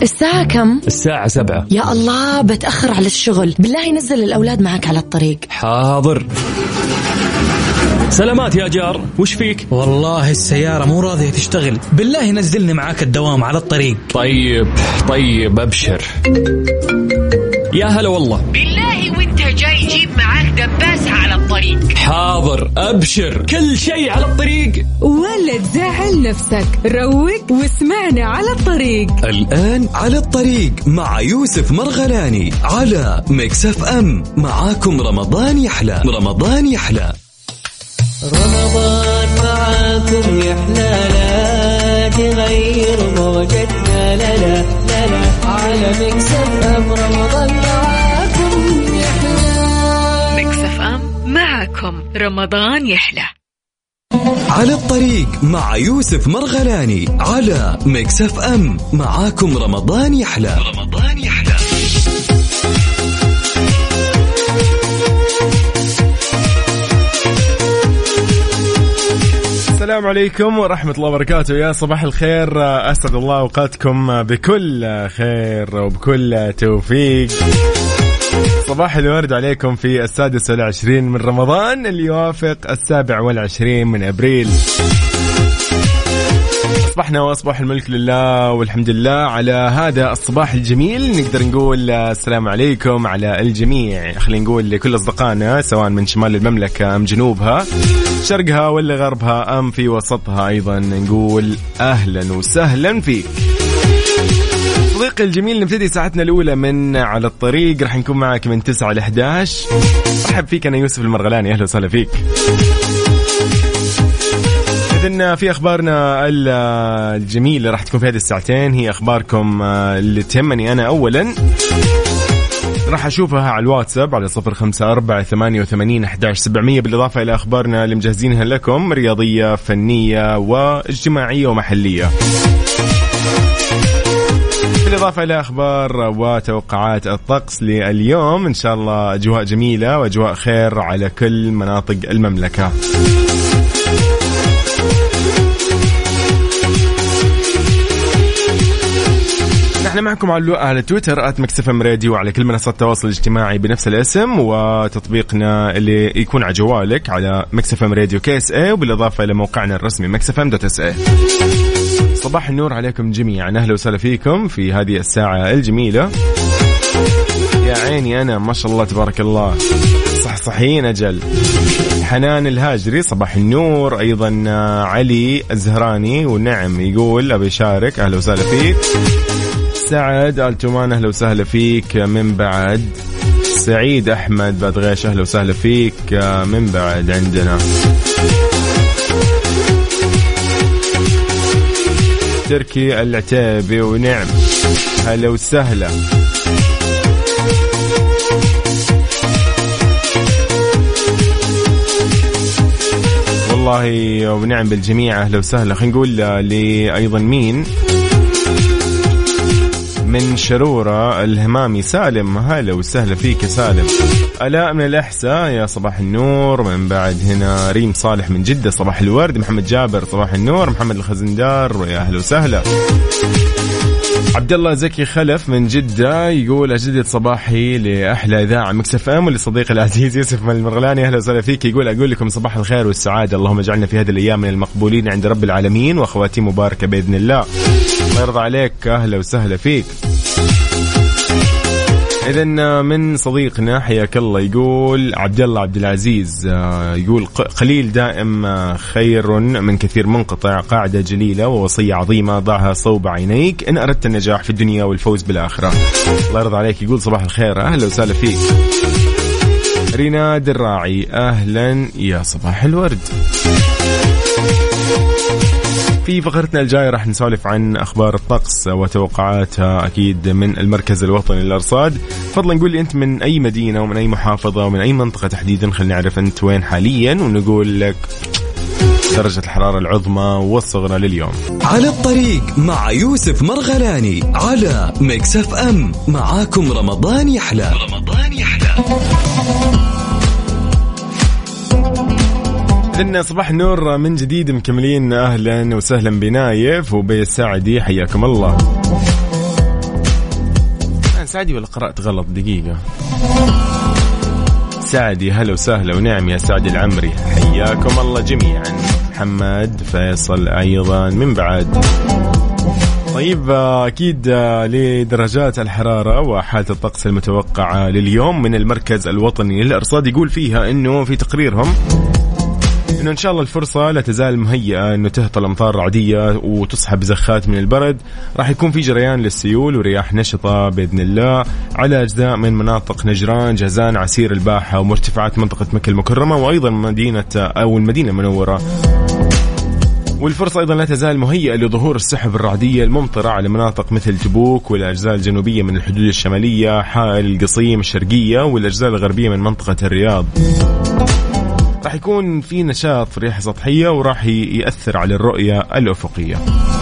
الساعة كم؟ الساعة 7. يا الله بتأخر على الشغل، بالله نزل الأولاد معك على الطريق. حاضر. سلامات يا جار، وش فيك؟ والله السيارة مو راضية تشتغل، بالله نزلني معاك الدوام على الطريق. طيب أبشر. يا هلا والله. بالله وانت جاي جيب معاك دباسة على الطريق. حاضر أبشر، كل شيء على الطريق. ولا تزعل نفسك، روق واسمعنا على الطريق. الآن على الطريق مع يوسف مرغلاني على ميكس اف ام. معاكم رمضان يحلى. رمضان يحلى. رمضان معاكم يحلى، لا تغير موجتنا، لا لا لا لا على ميكس اف ام. رمضان معاكم يحلى. ميكس اف ام معاكم رمضان يحلى. على الطريق مع يوسف مرغلاني على ميكس اف ام. معاكم رمضان يحلى. رمضان يحلى. السلام عليكم ورحمة الله وبركاته. يا صباح الخير، أسعد الله أوقاتكم بكل خير وبكل توفيق. صباح الورد عليكم في 26 من رمضان اللي يوافق 27 من أبريل. أصبحنا وأصبح الملك لله والحمد لله على هذا الصباح الجميل. نقدر نقول السلام عليكم على الجميع. خلينا نقول لكل أصدقائنا سواء من شمال المملكة أم جنوبها، شرقها ولا غربها أم في وسطها، أيضا نقول أهلا وسهلا فيك صديقي الجميل. نبتدي ساعتنا الأولى من على الطريق، رح نكون معك من 9 ل 11. أحب فيك أنا يوسف المرغلاني، أهلا وسهلا فيك. إذن في أخبارنا الجميلة راح تكون في هذه الساعتين، هي أخباركم اللي تهمني أنا. أولا راح أشوفها على الواتساب على 0548811700، بالإضافة إلى أخبارنا اللي مجهزينها لكم، رياضية فنية واجتماعية ومحلية، بالإضافة إلى أخبار وتوقعات الطقس لليوم. إن شاء الله أجواء جميلة وأجواء خير على كل مناطق المملكة. احنا معكم على تويتر @مكسفمراديو، وعلى كل منصات التواصل الاجتماعي بنفس الاسم، وتطبيقنا اللي يكون على جوالك على مكسفمراديو KSA، وبالإضافة إلى موقعنا الرسمي مكسفم.sa. صباح النور عليكم جميعا، أهلا وسهلا فيكم في هذه الساعة الجميلة. يا عيني أنا ما شاء الله تبارك الله صحصحين أجل. حنان الهاجري صباح النور، أيضا علي الزهراني ونعم يقول أبي شارك، أهلا وسهلا فيك. سعد التومان أهلا وسهلا فيك من بعد. سعيد أحمد بدغيش أهلا وسهلا فيك من بعد. عندنا تركي العتابي ونعم هلا وسهلا. والله ونعم بالجميع أهلا وسهلا. خلينا نقول لي أيضا مين من شرورة الهمامي سالم، هلا وسهلا فيك سالم. ألاء من الأحساء يا صباح النور. من بعد هنا ريم صالح من جدة صباح الورد. محمد جابر صباح النور. محمد الخزندار يا أهلا وسهلا. عبد الله زكي خلف من جدة يقول أجدد صباحي لأحلى إذاعة ميكس اف ام ولصديقي العزيز يوسف المرغلاني أهلا وسهلا فيك. يقول أقول لكم صباح الخير والسعادة، اللهم اجعلنا في هذه الأيام من المقبولين عند رب العالمين وأخواتي مباركة بإذن الله. الله يرضى عليك أهلا وسهلا فيك. إذن من صديقنا حياك الله يقول عبد الله عبد العزيز يقول قليل دائم خير من كثير منقطع، قاعدة جليلة ووصية عظيمة ضعها صوب عينيك إن أردت النجاح في الدنيا والفوز بالآخرة. الله يرضى عليك. يقول صباح الخير أهلا وسهلا فيك. ريناد الراعي أهلا يا صباح الورد. في فقرتنا الجاية راح نسولف عن أخبار الطقس وتوقعاتها أكيد من المركز الوطني للأرصاد. فضلا نقول لي أنت من أي مدينة ومن أي محافظة ومن أي منطقة تحديدا، خلينا نعرف أنت وين حاليا ونقول لك درجة الحرارة العظمى والصغرى لليوم. على الطريق مع يوسف مرغلاني على ميكس اف ام. معاكم رمضان يحلى. رمضان يحلى. إذن صباح النور من جديد مكملين. أهلا وسهلا بنايف وبالساعدي حياكم الله. سعدي ولا قرأت غلط؟ دقيقة. سعدي، هلا وسهلا ونعم يا سعدي العمري، حياكم الله جميعا. محمد فيصل أيضا من بعد. طيب أكيد لدرجات الحرارة وحالة الطقس المتوقعة لليوم من المركز الوطني للأرصاد، يقول فيها أنه في تقريرهم إنه إن شاء الله الفرصة لا تزال مهيئة إنه تهطل أمطار رعدية وتصحب زخات من البرد. راح يكون في جريان للسيول ورياح نشطة بإذن الله على أجزاء من مناطق نجران، جازان، عسير، الباحة ومرتفعات منطقة مكة المكرمة وأيضا مدينة المدينة المنورة. والفرصة أيضا لا تزال مهيئة لظهور السحب الرعدية الممطرة على مناطق مثل تبوك والأجزاء الجنوبية من الحدود الشمالية، حائل القصيم الشرقية والأجزاء الغربية من منطقة الرياض. راح يكون في نشاط في رياح سطحية وراح يأثر على الرؤية الأفقية.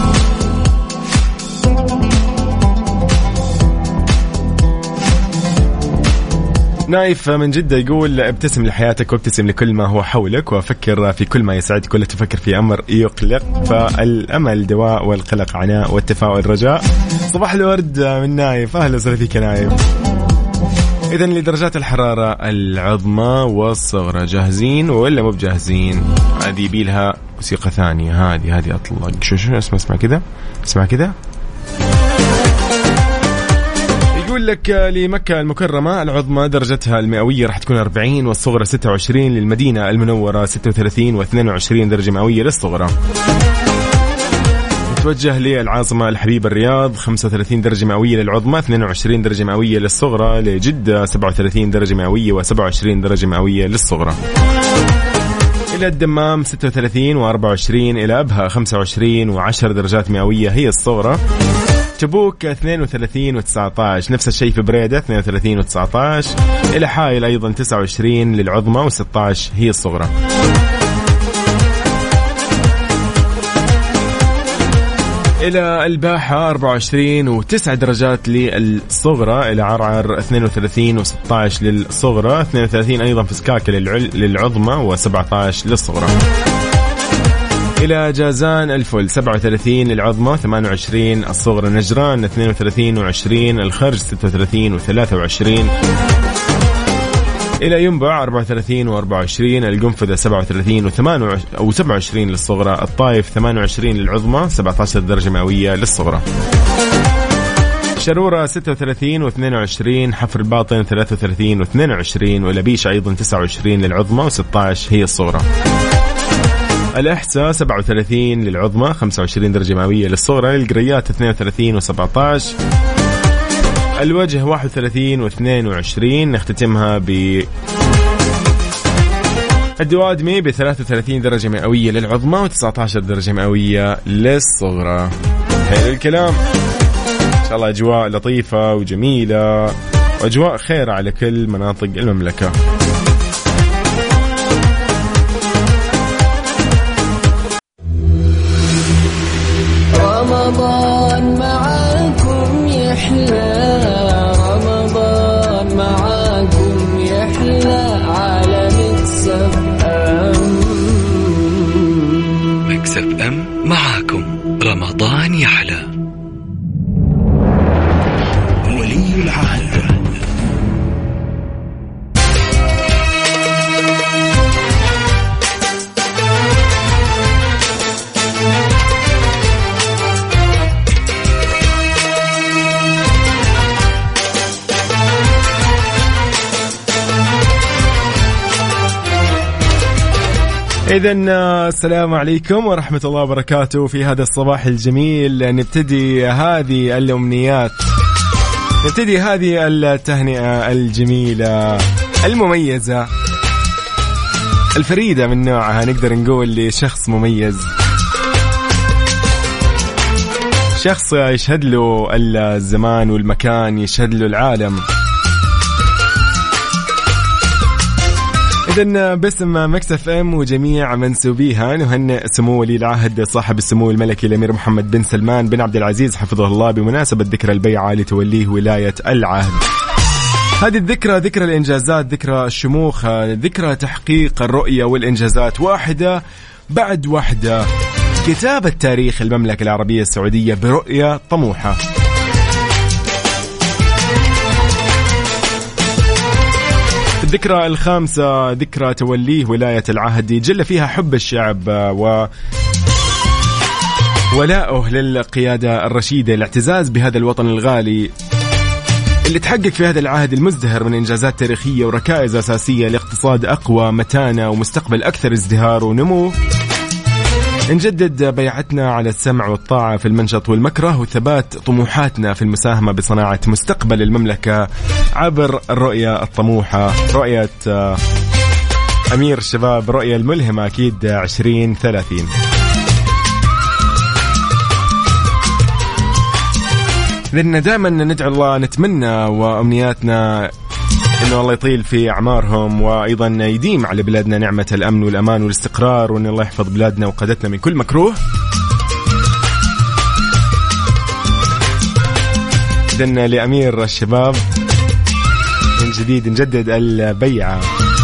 نايف من جدة يقول ابتسم لحياتك وابتسم لكل ما هو حولك وفكر في كل ما يسعدك ولا تفكر في أمر يقلق، فالأمل دواء والقلق عناء والتفاؤل رجاء. صباح الورد من نايف، أهلا وسهلا فيك نايف. إذن لدرجات الحرارة العظمى والصغرى جاهزين ولا مو بجاهزين؟ هذه بيلها موسيقى ثانية. هذه أطلق شو اسمع كذا، اسمع كذا. يقول لك لمكة المكرمة العظمى درجتها المئوية راح تكون 40 والصغرى 26، للمدينة المنورة 36 و22 درجة مئوية للصغرى. توجه للعاصمة الحبيبة الرياض 35 درجة مئوية للعظمى، 22 درجة مئوية للصغرى. لجدة 37 درجة مئوية و27 درجة مئوية للصغرى. إلى الدمام 36 و24، إلى أبها 25 و10 درجات مئوية هي الصغرى. تبوك 32 و19، نفس الشيء في بريدة 32 و19. إلى حائل أيضا 29 للعظمى و16 هي الصغرى. إلى الباحة 24 و9 درجات للصغرى. إلى عرعر 32 و16 للصغرى، 32 أيضا في سكاكة للعظمى و17 للصغرى. إلى جازان الفل 37 للعظمى 28 الصغرى. نجران 32 و20، الخرج 36 و23. إلى ينبع 34 و24، القنفذة 37 و27 للصغرى. الطائف 28 للعظمى 17 درجة مئوية للصغرى. شرورة 36 و22، حفر الباطن 33 و22، والأبيش أيضا 29 للعظمى و16 هي الصغرى. الأحساء 37 للعظمى 25 درجة مئوية للصغرى. القريات 32 و17. الوجه 31 و22. نختتمها ب الدوادمي ب 33 درجة مئوية للعظمى و19 درجة مئوية للصغرى. حلو الكلام، إن شاء الله أجواء لطيفة وجميلة وأجواء خير على كل مناطق المملكة. رمضان معاكم يحلى، رمضان معاكم يحلى على ميكس اف ام. ميكس اف ام معاكم رمضان يحلى. ولي العهد إذن السلام عليكم ورحمة الله وبركاته. في هذا الصباح الجميل نبتدي هذه الأمنيات، نبتدي هذه التهنئة الجميلة المميزة الفريدة من نوعها، نقدر نقول لشخص مميز، شخص يشهد له الزمان والمكان، يشهد له العالم. إذن باسم ميكس اف ام وجميع منسوبيها نهنئ سمو ولي العهد صاحب السمو الملكي الأمير محمد بن سلمان بن عبد العزيز حفظه الله بمناسبة ذكرى البيعة لتوليه ولاية العهد. هذه الذكرى ذكرى الإنجازات، ذكرى الشموخ، ذكرى تحقيق الرؤية والإنجازات واحدة بعد واحدة، كتابة تاريخ المملكة العربية السعودية برؤية طموحة. الذكرى الخامسة ذكرى توليه ولاية العهد، جل فيها حب الشعب ولاؤه للقيادة الرشيدة، الاعتزاز بهذا الوطن الغالي اللي تحقق في هذا العهد المزدهر من إنجازات تاريخية وركائز أساسية لاقتصاد أقوى متانة ومستقبل أكثر ازدهار ونمو. نجدد بيعتنا على السمع والطاعة في المنشط والمكره، وثبات طموحاتنا في المساهمة بصناعة مستقبل المملكة عبر الرؤية الطموحة، رؤية أمير الشباب، رؤية الملهمة أكيد 2030. لأن دائما ندعو الله، نتمنى وأمنياتنا إنه الله يطيل في أعمارهم، وأيضا يديم على بلادنا نعمة الأمن والأمان والاستقرار، وإن الله يحفظ بلادنا وقادتنا من كل مكروه. إذن لأمير الشباب من جديد نجدد البيعة.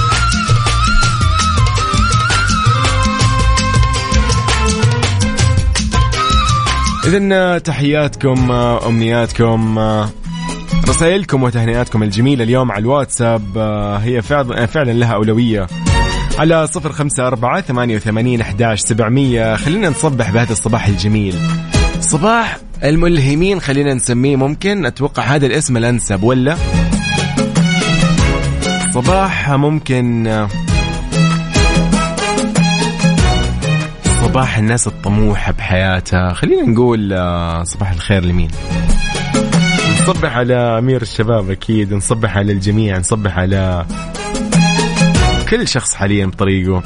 إذن تحياتكم، أمنياتكم، رسائلكم وتهنئاتكم الجميلة اليوم على الواتساب هي فعلا لها أولوية على 0548811700. خلينا نصبح بهذا الصباح الجميل، صباح الملهمين خلينا نسميه، ممكن أتوقع هذا الاسم الأنسب، ولا صباح ممكن صباح الناس الطموحة بحياتها. خلينا نقول صباح الخير لمين؟ نصبح على أمير الشباب أكيد، نصبح على الجميع، نصبح على كل شخص حاليا بطريقه.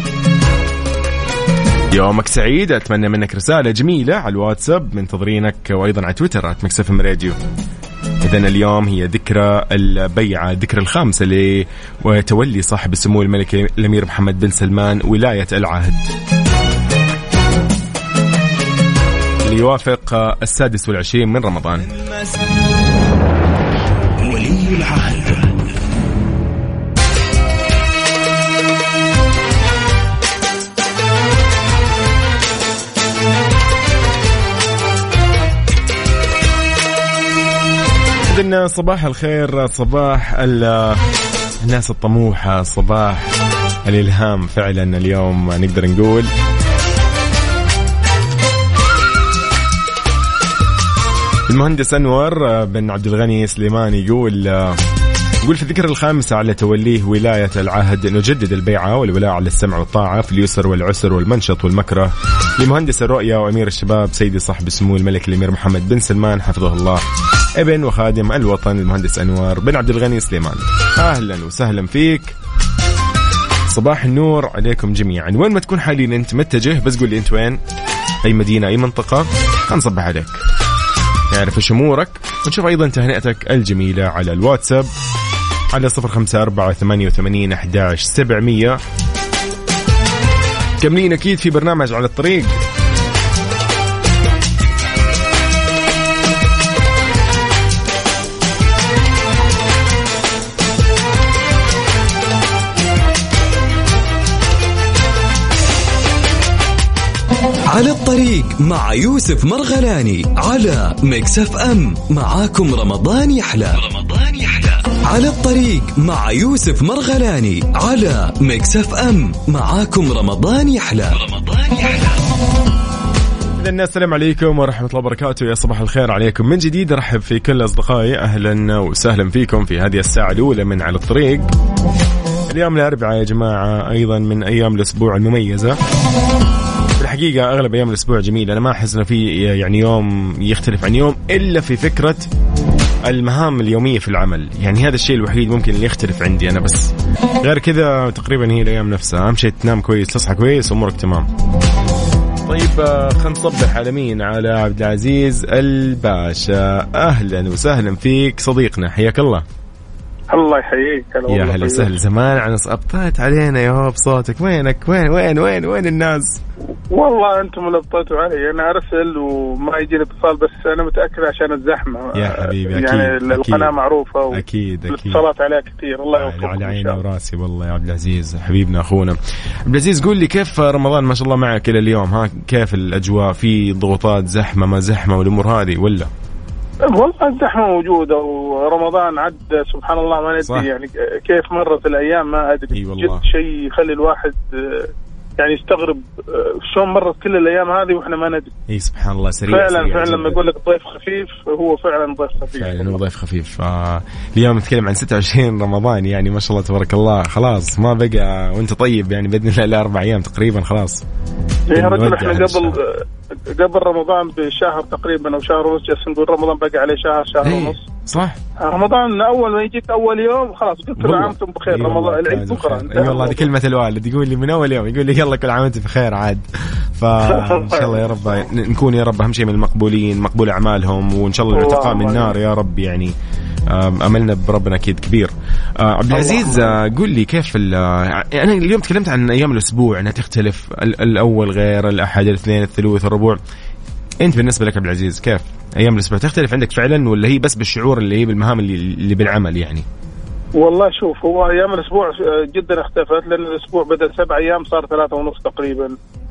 يومك سعيد، أتمنى منك رسالة جميلة على الواتساب، منتظرينك، وأيضا على تويتر @مكسفم راديو. إذن اليوم هي ذكرى البيعة، الذكرى الخامسة لتولي صاحب السمو الملكي الأمير محمد بن سلمان ولاية العهد، يوافق 26 من رمضان. ولي العهد. إذن صباح الخير، صباح الناس الطموحة، صباح الإلهام. فعلا اليوم نقدر نقول المهندس أنور بن عبد الغني سليمان يقول في الذكرى الخامسة على توليه ولاية العهد نجدد البيعة والولاء على السمع والطاعة في اليسر والعسر والمنشط والمكره لمهندس الرؤية وأمير الشباب سيدي صاحب السمو الملك الأمير محمد بن سلمان حفظه الله، ابن وخادم الوطن المهندس أنور بن عبد الغني سليمان. أهلا وسهلا فيك، صباح النور عليكم جميعا. وين ما تكون حاليا أنت متجه، بس قول لي أنت وين، أي مدينة، أي منطقة، هنصبح عليك، نعرف ايش امورك، ونشوف ايضا تهنئتك الجميله على الواتساب على 0548811700. كملين اكيد في برنامج على الطريق. على الطريق مع يوسف مرغلاني على ميكس اف ام. معاكم رمضان يحلى. على الطريق مع يوسف مرغلاني على ميكس اف ام. معاكم رمضان يحلى. السلام عليكم ورحمة الله وبركاته، يا صباح الخير عليكم من جديد. أرحب في كل أصدقائي، أهلا وسهلا فيكم في هذه الساعة الأولى من على الطريق. اليوم الأربعاء يا جماعة، أيضا من أيام الأسبوع المميزة. الحقيقة أغلب أيام الأسبوع جميل، أنا ما أحس إنه في يعني يوم يختلف عن يوم إلا في فكرة المهام اليومية في العمل، يعني هذا الشيء الوحيد ممكن اللي يختلف عندي أنا، بس غير كذا تقريبا هي الأيام نفسها. أهم شيء تنام كويس، تصحى كويس، أمورك تمام. طيب خلينا نصبح على مين؟ على عبد العزيز الباشا. أهلا وسهلا فيك صديقنا، حياك الله. الله يحييك. يا هلا وسهلا، زمان عن أبطأت علينا يا هو بصوتك، وينك؟ وين الناس؟ والله أنتم اللي أبطأتوا علي، أنا أرسل وما يجيني اتصال، بس أنا متأكد عشان الزحمة يا حبيبي. يعني أكيد القناة معروفة، أكيد الاتصالات عليها كثير. الله يوفقك. على عيني وراسي والله يا عبد العزيز، حبيبنا أخونا عبد العزيز. قول لي كيف رمضان ما شاء الله معك إلى اليوم؟ ها كيف الأجواء؟ في ضغوطات، زحمة ما زحمة والأمور هذه ولا؟ والله الزحمة موجودة ورمضان عد سبحان الله ما ندري يعني كيف مرت الأيام ما أدري. جد شيء يخلي الواحد يعني يستغرب شلون مرت كل الأيام هذه وإحنا ما ندري. إيه سبحان الله سريع فعلا لما يقول لك ضيف خفيف هو فعلا ضيف خفيف. فعلا هو ضيف خفيف. اليوم نتكلم عن 26 رمضان يعني ما شاء الله تبارك الله خلاص ما بقى وأنت طيب يعني بإذن الله إلا 4 أيام تقريبا خلاص. يا رجل إحنا قبل رمضان بشهر تقريبا أو شهر ونص جالس نقول رمضان بقى عليه شهر ونص. صح. رمضان أول ما يجيك أول يوم خلاص كل عام وأنتم بخير. رمضان العيد بكرة. أي والله هذه كلمة الوالد يقول لي من أول يوم يقول لي يلا كل عام وأنت بخير عاد. فإن شاء الله يا رب نكون يا رب أهم شيء من المقبولين مقبول أعمالهم وإن شاء الله العتقاء من النار يا رب يعني. أملنا بربنا أكيد كبير. عبد العزيز قل لي كيف أنا اليوم تكلمت عن أيام الأسبوع أنها تختلف الأول غير الأحد الاثنين الثلاث الربوع. أنت بالنسبة لك عبد العزيز كيف أيام الأسبوع تختلف عندك فعلا ولا هي بس بالشعور اللي هي بالمهام اللي بالعمل يعني؟ والله شوف هو أيام الأسبوع جدا اختلفت لأن الأسبوع بدل 7 أيام صار 3.5 تقريبا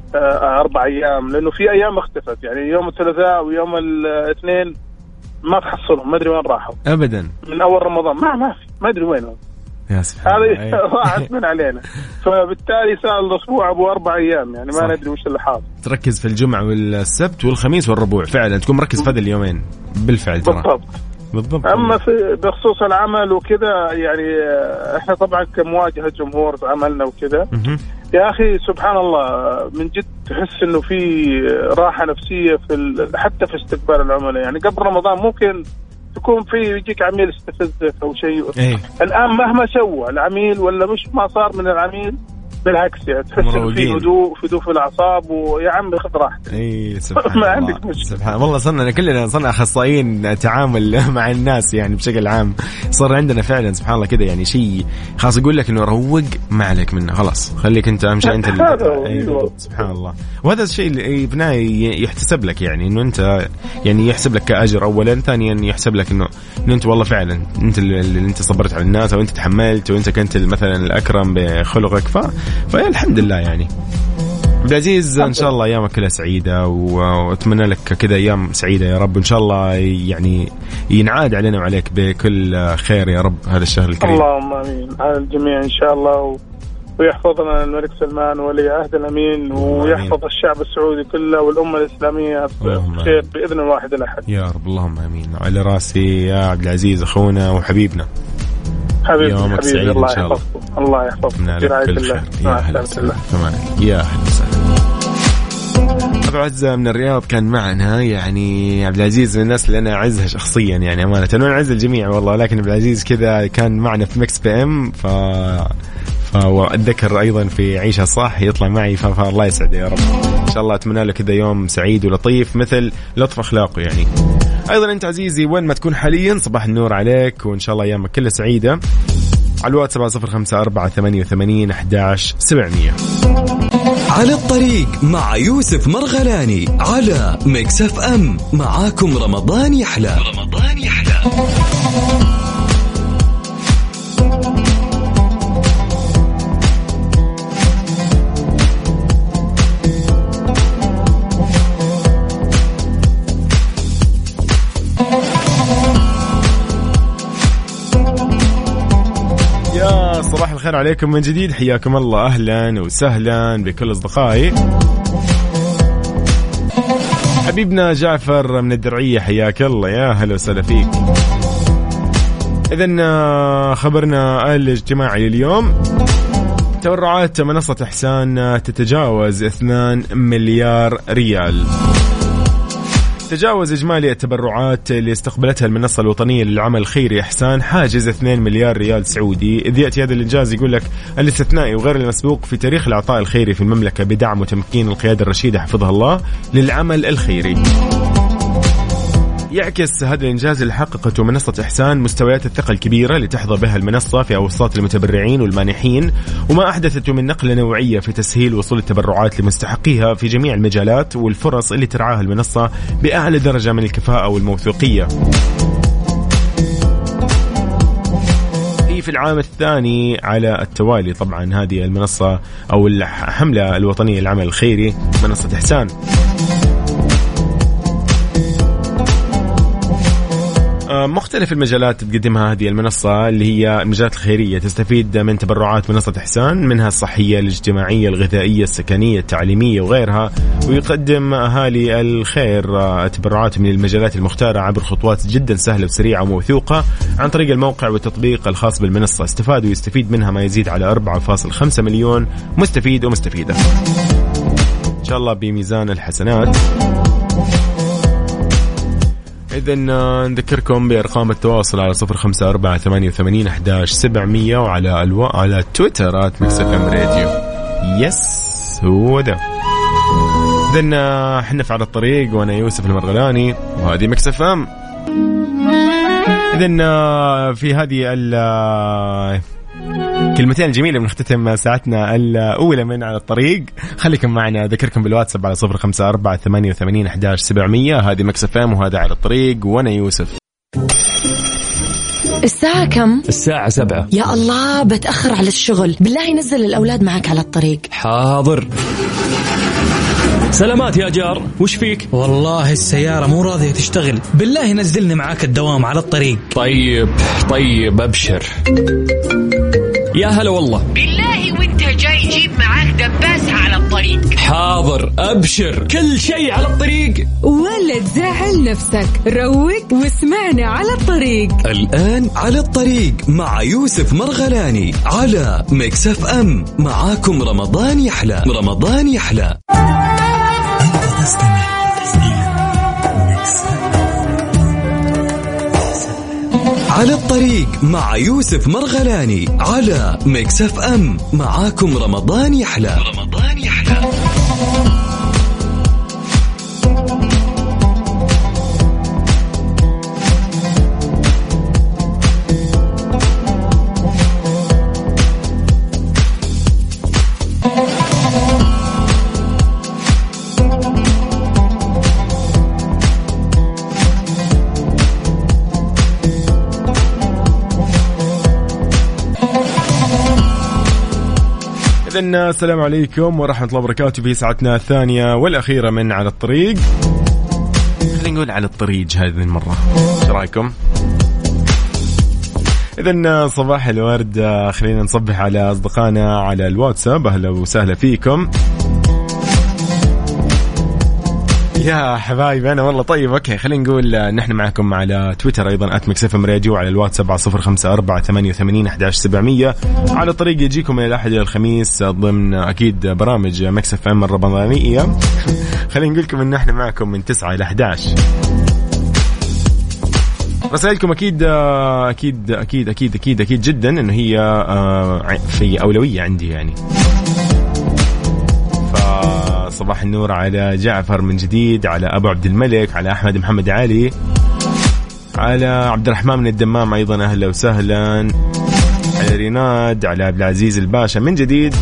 4 أيام لأنه في أيام اختفت يعني يوم الثلاثاء ويوم الاثنين ما تحصلهم ما أدري وين راحوا أبدا من أول رمضان ما في ما أدري وينهم. هذه راحت من علينا فبالتالي صار الأسبوع أبو 4 أيام يعني ما ندري وش اللي حاصل. تركز في الجمعة والسبت والخميس والربوع فعلا تكون مركز في هذا اليومين بالفعل بالضبط. أما بخصوص العمل وكذا يعني إحنا طبعا كمواجهة جمهور عملنا وكذا يا أخي سبحان الله من جد تحس إنه في راحة نفسية حتى في استقبال العملاء يعني قبل رمضان ممكن تكون في يجيك عميل استفزك أو شيء. الآن مهما سوى العميل ولا مش ما صار من العميل بالعكس يعني تحس في هدوء في الأعصاب ويا عم خذ راحتك. اي سبحان ما عندك مشكلة. سبحان والله كلنا صرنا أخصائيين تعامل مع الناس يعني بشكل عام صار عندنا فعلا سبحان الله كده يعني شيء خاص يقول لك إنه روق ما عليك منه خلاص خليك أنت أهم شيء أنت سبحان الله. وهذا الشيء اللي بناء يحتسب لك يعني إنه أنت يعني يحسب لك كأجر أولا ثانيا يحسب لك إنه أنت والله فعلا أنت اللي أنت صبرت على الناس أو أنت تحملت وأنت كنت مثلا الأكرم بخلقك فالحمد لله يعني. عبد العزيز إن شاء الله أيامك كلها سعيدة وأتمنى لك كذا أيام سعيدة يا رب إن شاء الله يعني ينعاد علينا وعليك بكل خير يا رب هذا الشهر الكريم. اللهم آمين على الجميع إن شاء الله ويحفظنا الملك سلمان ولي عهد الأمين ويحفظ الشعب السعودي كله والأمة الإسلامية بخير بإذن الواحد الأحد يا رب. اللهم آمين. على راسي يا عبد العزيز أخونا وحبيبنا يومك سعيد الله يحفظكم. الله يحفظكم في رعاية الله. يا أهلا وسهلا. يا أهلا وسهلا. أبو عزة من الرياض كان معنا يعني عبد العزيز من الناس اللي أنا أعزها شخصيا يعني أمانة أنا أعز الجميع والله لكن عبد العزيز كذا كان معنا في ميكس بي ام وأتذكر أيضا في عيشها صح يطلع معي فالله يسعده يا رب إن شاء الله. أتمنى له كذا يوم سعيد ولطيف مثل لطف أخلاقه يعني. أيضا أنت عزيزي وين ما تكون حاليا صباح النور عليك وإن شاء الله أيامك كلها سعيدة. على الواتس 70548811 على الطريق مع يوسف مرغلاني على ميكس اف ام. معاكم رمضان يحلى. صباح الخير عليكم من جديد حياكم الله أهلا وسهلا بكل أصدقائي. حبيبنا جعفر من الدرعية حياك الله يا هلا وسهلا فيك. إذن خبرنا الاجتماعي اليوم تبرعات منصة إحسان تتجاوز 2 مليار ريال. تجاوز إجمالي التبرعات اللي استقبلتها المنصة الوطنية للعمل الخيري إحسان حاجز 2 مليار ريال سعودي، إذ يأتي هذا الإنجاز يقول لك الاستثنائي وغير المسبوق في تاريخ العطاء الخيري في المملكة بدعم وتمكين القيادة الرشيدة حفظها الله للعمل الخيري. يعكس هذا الإنجاز اللي حققته منصة إحسان مستويات الثقة الكبيرة اللي تحظى بها المنصة في أوساط المتبرعين والمانحين، وما أحدثته من نقلة نوعية في تسهيل وصول التبرعات لمستحقيها في جميع المجالات والفرص اللي ترعاها المنصة بأعلى درجة من الكفاءة والموثوقية. في العام الثاني على التوالي طبعا هذه المنصة أو الحملة الوطنية للعمل الخيري منصة إحسان. مختلف المجالات تقدمها هذه المنصة اللي هي المجالات الخيرية. تستفيد من تبرعات منصة إحسان، منها الصحية، الاجتماعية، الغذائية، السكنية، التعليمية وغيرها. ويقدم أهالي الخير تبرعات من المجالات المختارة عبر خطوات جدا سهلة وسريعة وموثوقة عن طريق الموقع والتطبيق الخاص بالمنصة. استفاد ويستفيد منها ما يزيد على 4.5 مليون مستفيد ومستفيدة، إن شاء الله بميزان الحسنات. إذن نذكركم بأرقام التواصل على 0548811700 وعلى على تويتر @mixfmradio. يس هو ده. إذن احنا في على الطريق وأنا يوسف المرغلاني وهذه ميكس اف ام. إذن في هذه كلمتين الجميلة بنختتم ساعتنا الأولى من على الطريق. خليكم معنا. أذكركم بالواتساب على 0548811700. هذه ميكس اف ام وهذا على الطريق وأنا يوسف. الساعة كم؟ الساعة 7. يا الله بتأخر على الشغل، بالله نزل الأولاد معك على الطريق. حاضر. سلامات يا جار، وش فيك؟ والله السيارة مو راضية تشتغل، بالله نزلني معاك الدوام على الطريق. طيب أبشر. يا هلا والله. بالله وانت جاي جيب معاك دباسة على الطريق. حاضر أبشر، كل شيء على الطريق. ولا تزعل نفسك، روق واسمعنا على الطريق. الآن على الطريق مع يوسف مرغلاني على ميكس اف ام. معاكم رمضان يحلى. رمضان يحلى. على الطريق مع يوسف مرغلاني على ميكس اف ام. معاكم رمضان يحلى. رمضان يحلى. إذن السلام عليكم ورحمة الله وبركاته في ساعتنا الثانية والأخيرة من على الطريق. خلينا نقول على الطريق هذه المرة، ايش رايكم؟ إذن صباح الورد. خلينا نصبح على أصدقائنا على الواتساب. أهلا وسهلا فيكم يا حبايب. أنا والله طيب. أوكي خلينا نقول نحن معكم على تويتر أيضا @mixfmradio وعلى الواتساب على 0548811700. على الطريق يجيكم من الأحد إلى الخميس ضمن أكيد برامج ميكس اف ام الرمضانية. خلينا نقول لكم إن احنا معكم من 9 إلى 11. رسائلكم أكيد أكيد أكيد أكيد أكيد أكيد جدا إنه هي في أولوية عندي يعني. صباح النور على جعفر من جديد، على أبو عبد الملك، على أحمد محمد علي، على عبد الرحمن من الدمام أيضا أهلا وسهلا، على ريناد، على عبد العزيز الباشا من جديد،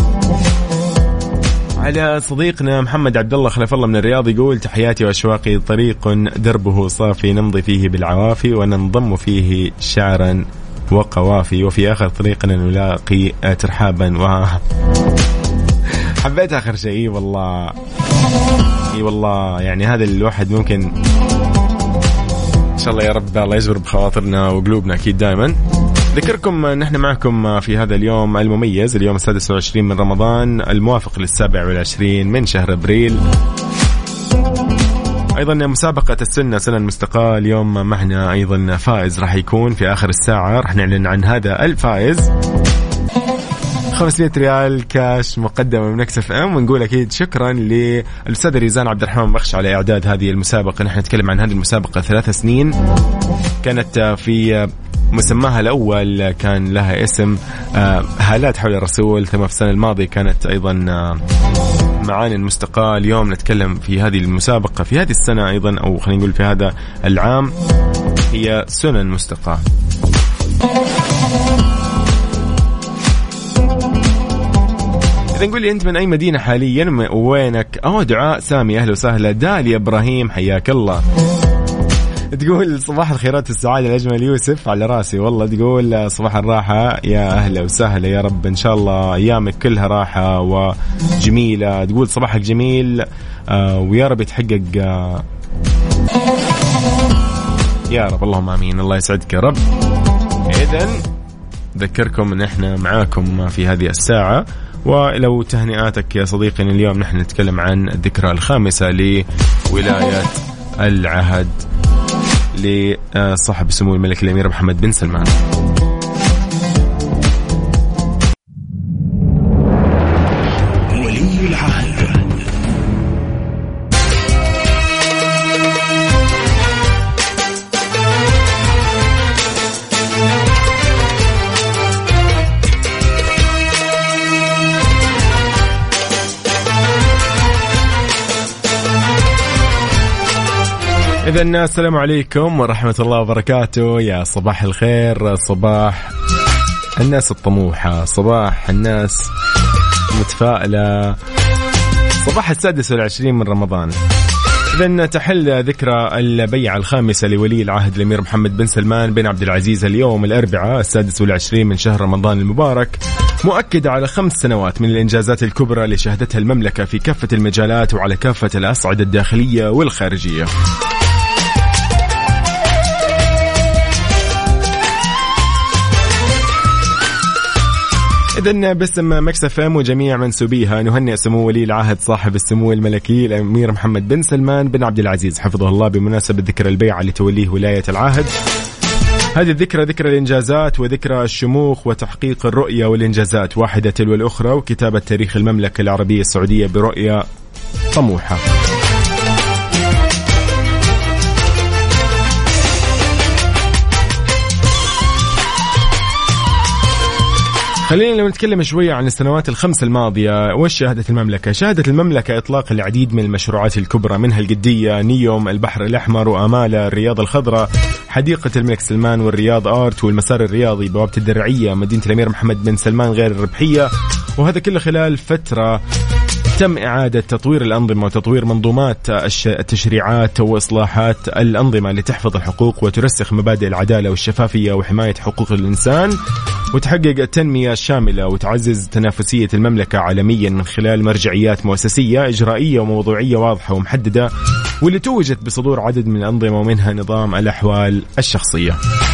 على صديقنا محمد عبد الله خلف الله من الرياض يقول تحياتي وأشواقي طريق دربه صافي نمضي فيه بالعوافي وننضم فيه شعرا وقوافي وفي آخر طريقنا نلاقي ترحابا حبيت آخر شيء والله. اي والله يعني هذا الواحد ممكن ان شاء الله يا رب الله يجبر بخواطرنا وقلوبنا اكيد دائما. ذكركم نحن معكم في هذا اليوم المميز، اليوم السادس والعشرين من رمضان الموافق 27 من شهر ابريل. ايضا مسابقة السنة سنة المستقاة اليوم معنا ايضا فائز راح يكون في اخر الساعة، راح نعلن عن هذا الفائز. 500 ريال كاش مقدمة من ميكس اف ام. ونقول أكيد شكرا للأستاذ ريزان عبد الرحمن بخش على إعداد هذه المسابقة. نحن نتكلم عن هذه المسابقة 3 سنين، كانت في مسماها الأول كان لها اسم هالات حول الرسول، ثم في السنة الماضية كانت أيضا معاني المستقاة. اليوم نتكلم في هذه المسابقة في هذه السنة أيضا، أو خلينا نقول في هذا العام، هي سنن مستقاة. إذا نقول لي أنت من أي مدينة حاليا ووينك؟ دعاء سامي أهلا وسهلا. داليا إبراهيم حياك الله. تقول صباح الخيرات والسعادة الأجمل يوسف على راسي والله. تقول صباح الراحة يا أهلا وسهلا، يا رب إن شاء الله أيامك كلها راحة وجميلة. تقول صباحك جميل ويا رب يتحقق يا رب اللهم آمين. الله يسعدك يا رب. إذن ذكركم أن احنا معاكم في هذه الساعة، ولو تهنئاتك يا صديقي اليوم نحن نتكلم عن الذكرى الخامسة لولاية العهد لصاحب السمو الملكي الأمير محمد بن سلمان. ولي العهد. إذن السلام عليكم ورحمة الله وبركاته. يا صباح الخير، صباح الناس الطموحة، صباح الناس متفائلة، صباح 26 من رمضان. إذن تحل ذكرى البيعة الخامسة لولي العهد الأمير محمد بن سلمان بن عبد العزيز اليوم الأربعاء 26 من شهر رمضان المبارك، مؤكدة على 5 سنوات من الإنجازات الكبرى اللي شهدتها المملكة في كافة المجالات وعلى كافة الأصعدة الداخلية والخارجية. إذن باسم مكس اف ام وجميع منسوبيها نهنئ سمو ولي العهد صاحب السمو الملكي الأمير محمد بن سلمان بن عبد العزيز حفظه الله بمناسبة ذكرى البيعة لتوليه ولاية العهد. هذه الذكرى ذكرى الإنجازات وذكرى الشموخ وتحقيق الرؤية والإنجازات واحدة تلو الأخرى، وكتابة تاريخ المملكة العربية السعودية برؤية طموحة. خلينا لو نتكلم شوية عن السنوات ال5 الماضية. وش شهدت المملكة؟ شهدت المملكة إطلاق العديد من المشروعات الكبرى، منها القدية، نيوم، البحر الأحمر وآمالة، الرياض الخضراء، حديقة الملك سلمان والرياض آرت والمسار الرياضي، بوابة الدرعية، مدينة الأمير محمد بن سلمان غير الربحية. وهذا كله خلال فترة تم إعادة تطوير الأنظمة وتطوير منظومات التشريعات وإصلاحات الأنظمة لتحفظ الحقوق وترسخ مبادئ العدالة والشفافية وحماية حقوق الإنسان، وتحقق التنمية الشاملة وتعزز تنافسية المملكة عالميا من خلال مرجعيات مؤسسية إجرائية وموضوعية واضحة ومحددة، واللي توجت بصدور عدد من الأنظمة ومنها نظام الأحوال الشخصية.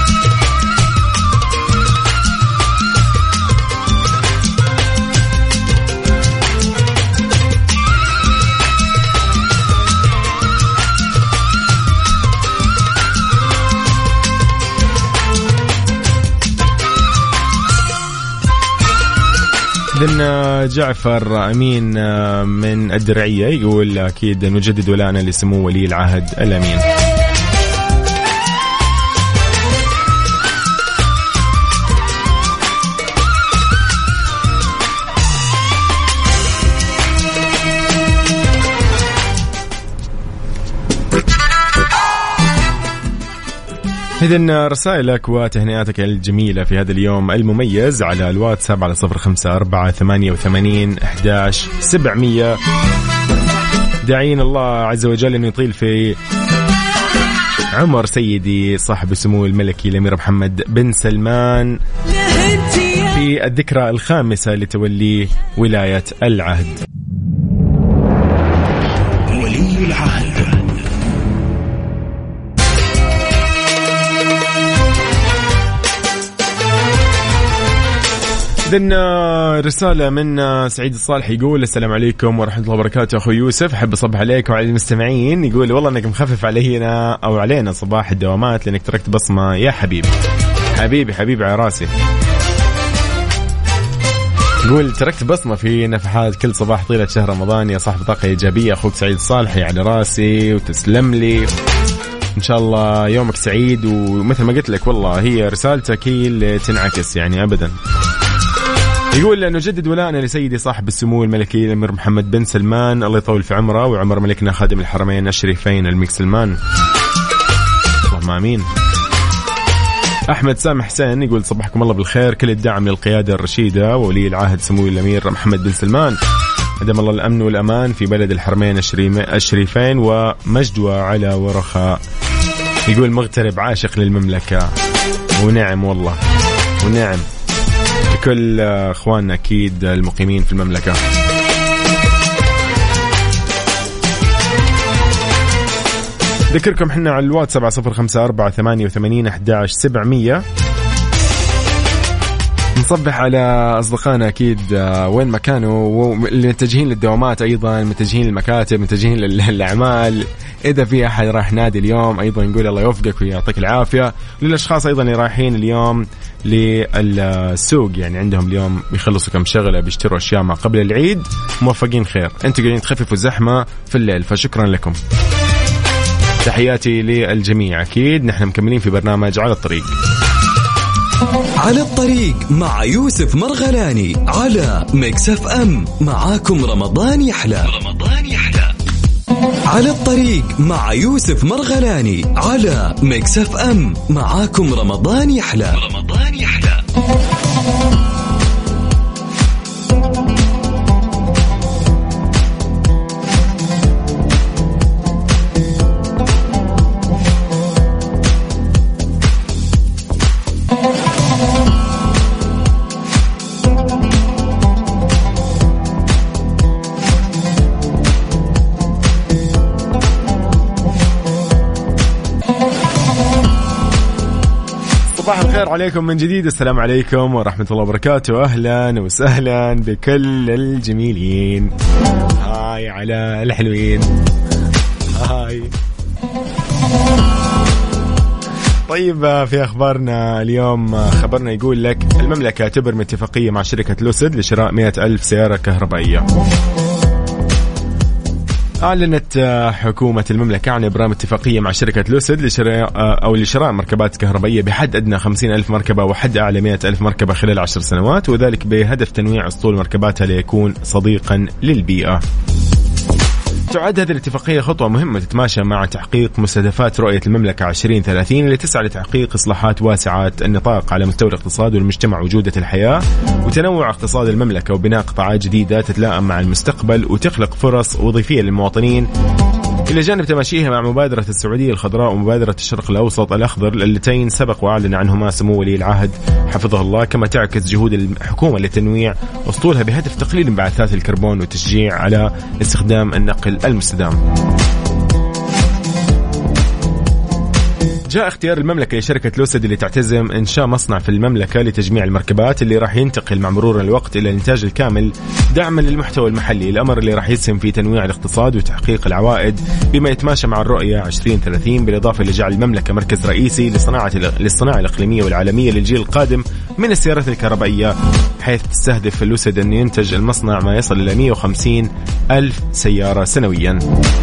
إذن جعفر أمين من الدرعية يقول أكيد نجدد ولاءنا لسمو ولي العهد الأمين. إذن رسائلك وتهنئاتك الجميلة في هذا اليوم المميز على الواتساب على 0548811700. داعين الله عز وجل أن يطيل في عمر سيدي صاحب السمو الملكي الأمير محمد بن سلمان في الذكرى الخامسة لتولي ولاية العهد. ولي العهد. إذن رسالة من سعيد الصالح يقول السلام عليكم ورحمة الله وبركاته أخوي يوسف، أحب أصبح عليك وعلى المستمعين. يقول والله أنك مخفف علينا أو علينا صباح الدوامات لأنك تركت بصمة يا حبيبي. حبيبي على راسي. يقول تركت بصمة في نفحات كل صباح طيلة شهر رمضان يا صاحب طاقة إيجابية. أخوك سعيد الصالح على راسي وتسلم لي، إن شاء الله يومك سعيد. ومثل ما قلت لك والله هي رسالتك هي اللي تنعكس يعني أبدا. يقول نجدد ولاءنا لسيدي صاحب السمو الملكي الأمير محمد بن سلمان، الله يطول في عمره وعمر ملكنا خادم الحرمين الشريفين الملك سلمان، اللهم آمين. أحمد سامح حسين يقول صبحكم الله بالخير، كل الدعم للقيادة الرشيدة وولي العهد سمو الأمير محمد بن سلمان، أدام الله الأمن والأمان في بلد الحرمين الشريفين ومجد وعلى ورخاء. يقول مغترب عاشق للمملكة، ونعم والله ونعم لكل أخواننا أكيد المقيمين في المملكة. ذكركم حنا على الواتس 70548811700. نصبح على أصدقائنا أكيد وين ما كانوا، واللي متجهين للدوامات أيضا، متجهين للمكاتب، متجهين للأعمال. إذا في أحد راح نادي اليوم أيضا نقول الله يوفقك ويعطيك العافية. للأشخاص أيضا اللي رايحين اليوم للسوق، يعني عندهم اليوم بيخلصوا كم شغلة، بيشتروا أشياء ما قبل العيد، موفقين خير. أنتوا قاعدين تخففوا زحمة في الليل، فشكرا لكم. تحياتي للجميع. أكيد نحن مكملين في برنامج على الطريق. على الطريق مع يوسف مرغلاني على ميكس اف ام. معاكم رمضان يحلى. على الطريق مع يوسف مرغلاني على ميكس اف ام. معاكم رمضان يحلى. صباح الخير عليكم من جديد. السلام عليكم ورحمة الله وبركاته. أهلا وسهلا بكل الجميلين. هاي على الحلوين. هاي. طيب، في أخبارنا اليوم خبرنا يقول لك المملكة تبرم اتفاقية مع شركة لوسيد لشراء 100,000 سيارة كهربائية. أعلنت حكومة المملكة عن إبرام اتفاقية مع شركة لوسيد لشراء مركبات كهربائية بحد أدنى 50,000 مركبة وحد أعلى 100,000 مركبة خلال 10 سنوات، وذلك بهدف تنويع أسطول مركباتها ليكون صديقا للبيئة. تعد هذه الاتفاقية خطوة مهمة تتماشى مع تحقيق مستهدفات رؤية المملكة 2030 اللي تسعى لتحقيق إصلاحات واسعة النطاق على مستوى الاقتصاد والمجتمع وجودة الحياة وتنوع اقتصاد المملكة وبناء قطاعات جديدة تتلائم مع المستقبل وتخلق فرص وظيفية للمواطنين، إلى جانب تماشيها مع مبادرة السعودية الخضراء ومبادرة الشرق الأوسط الأخضر اللتين سبق وأعلن عنهما سمو ولي العهد حفظه الله، كما تعكس جهود الحكومة لتنويع أسطولها بهدف تقليل انبعاثات الكربون وتشجيع على استخدام النقل المستدام. جاء اختيار المملكة لشركة لوسيد اللي تعتزم إنشاء مصنع في المملكة لتجميع المركبات اللي راح ينتقل مع مرور الوقت إلى الإنتاج الكامل دعما للمحتوى المحلي، الأمر اللي راح يسهم في تنويع الاقتصاد وتحقيق العوائد بما يتماشى مع الرؤية 2030، بالإضافة لجعل المملكة مركز رئيسي للصناعة الإقليمية والعالمية للجيل القادم من السيارات الكهربائية، حيث تستهدف لوسيد أن ينتج المصنع ما يصل إلى 150,000 سيارة سنويا.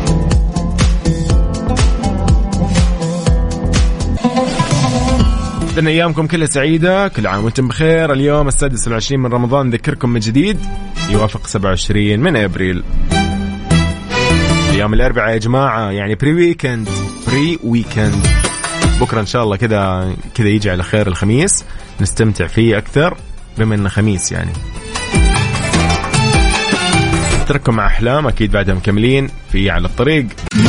إذن أيامكم كلها سعيدة، كل عام وانتم بخير. اليوم 26 من رمضان، ذكركم من جديد يوافق 27 من أبريل، أيام الأربعاء يا جماعة، يعني بري ويكند. بكرة إن شاء الله كذا يجي على خير الخميس، نستمتع فيه أكثر بما إنه خميس يعني. ترككم مع أحلام أكيد بعدها مكملين في على الطريق.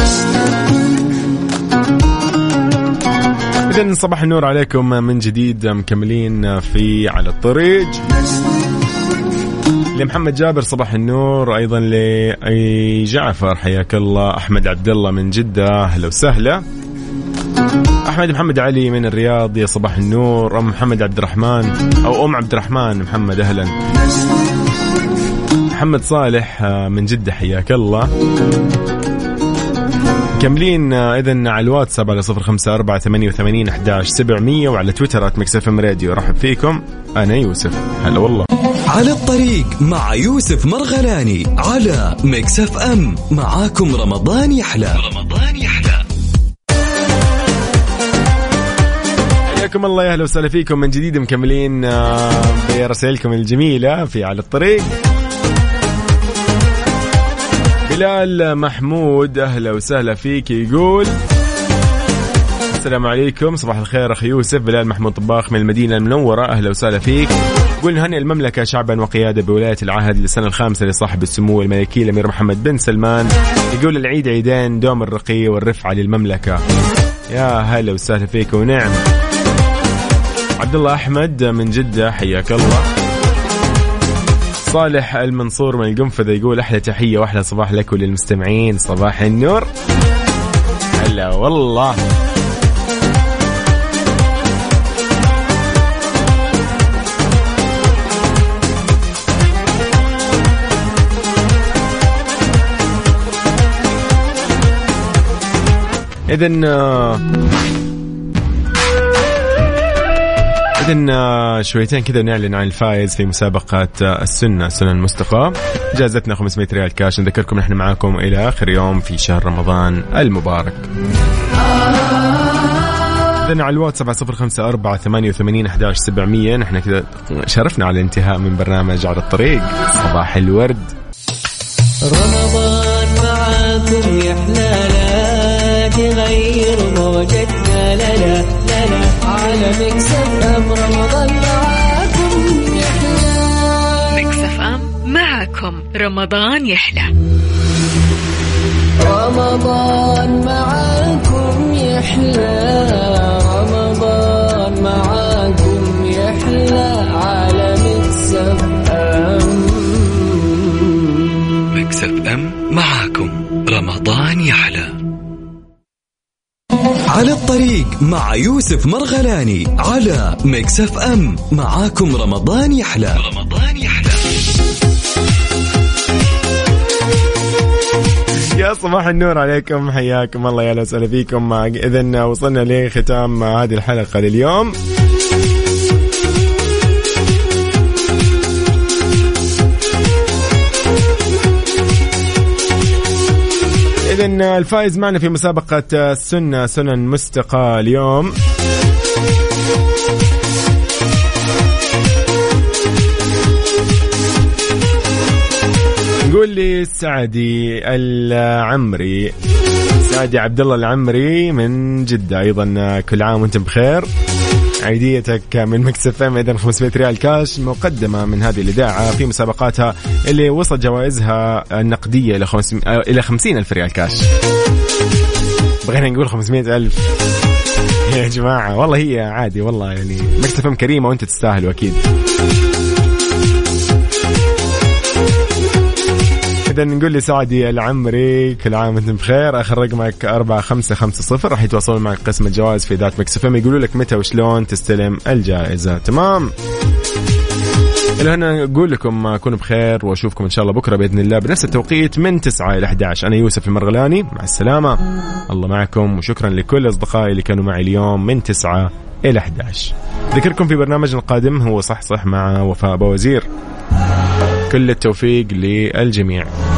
إذن صباح النور عليكم من جديد، مكملين في على الطريق. لمحمد جابر صباح النور، أيضا لأي جعفر حياك الله. أحمد عبد الله من جدة أهلا وسهلا. أحمد محمد علي من الرياض يا صباح النور. أم محمد عبد الرحمن أو أم عبد الرحمن محمد أهلا. محمد صالح من جدة حياك الله. كملين إذن على الواتساب على 0548811700 وعلى تويتر @mixfmradio. رحب فيكم، أنا يوسف. هلا والله. على الطريق مع يوسف مرغلاني على ميكس اف ام. معاكم رمضان يحلى. حياكم الله، يا أهلا وسهلا فيكم من جديد، مكملين برسائلكم الجميلة في على الطريق. بلال محمود أهلا وسهلا فيك، يقول السلام عليكم صباح الخير أخي يوسف. بلال محمود طباخ من المدينة المنورة أهلا وسهلا فيك. يقول نهنئ المملكة شعبا وقيادة بولاية العهد للسنة الخامسة لصاحب السمو الملكي الأمير محمد بن سلمان. يقول العيد عيدين، دوم الرقي والرفعة للمملكة. يا هلا وسهلا فيك ونعم. عبد الله أحمد من جدة حياك الله. صالح المنصور من القنفذة يقول أحلى تحية وأحلى صباح لك وللمستمعين، صباح النور. هلا والله. إذن شويتين كذا نعلن عن الفائز في مسابقة السنة المستقى. جائزتنا 500 ريال كاش. نذكركم نحن معاكم إلى آخر يوم في شهر رمضان المبارك. إذن على الواتس 70548811700. نحن كذا شرفنا على الانتهاء من برنامج على الطريق. صباح الورد. رمضان معاكم يا حلالا تغير موجتنا لنا على ميكس اف ام. رمضان معاكم يحلى. ميكس اف ام معاكم رمضان يحلى. رمضان معاكم يحلى. رمضان معاكم يحلى على ميكس اف ام. ميكس اف ام معاكم رمضان يحلى. على الطريق مع يوسف مرغلاني على ميكس اف ام. معاكم رمضان يحلى. رمضان يحلى. يا صباح النور عليكم، حياكم الله، يا وسهلا فيكم. إذن وصلنا لختام هذه الحلقة لليوم. إذن الفائز معنا في مسابقة السنة مستقى اليوم نقول لي سعدي العمري، سعدي عبد الله العمري من جدة. أيضا كل عام وانتم بخير. عيديتك من ميكس اف ام. إذن 500 ريال كاش مقدمة من هذه الإذاعة في مسابقاتها اللي وصل جوائزها النقدية إلى 50,000 ريال كاش. بغينا نقول 500,000 يا جماعة، والله هي عادي والله، يعني ميكس اف ام كريمة وانت تستاهلوا أكيد. إذا نقول لي سعدي العمري كل عام وانتم بخير. آخر رقمك 4550. راح يتواصلون معك قسم الجوائز في ذات ميكس اف ام، يقولوا لك متى وشلون تستلم الجائزة. تمام. إلى هنا أقول لكم كونوا بخير، وأشوفكم إن شاء الله بكرة بإذن الله بنفس التوقيت من 9 إلى 11. أنا يوسف المرغلاني، مع السلامة، الله معكم، وشكرا لكل أصدقائي اللي كانوا معي اليوم من 9 إلى 11. ذكركم في برنامجنا القادم هو صح مع وفاء بوزير. كل التوفيق للجميع.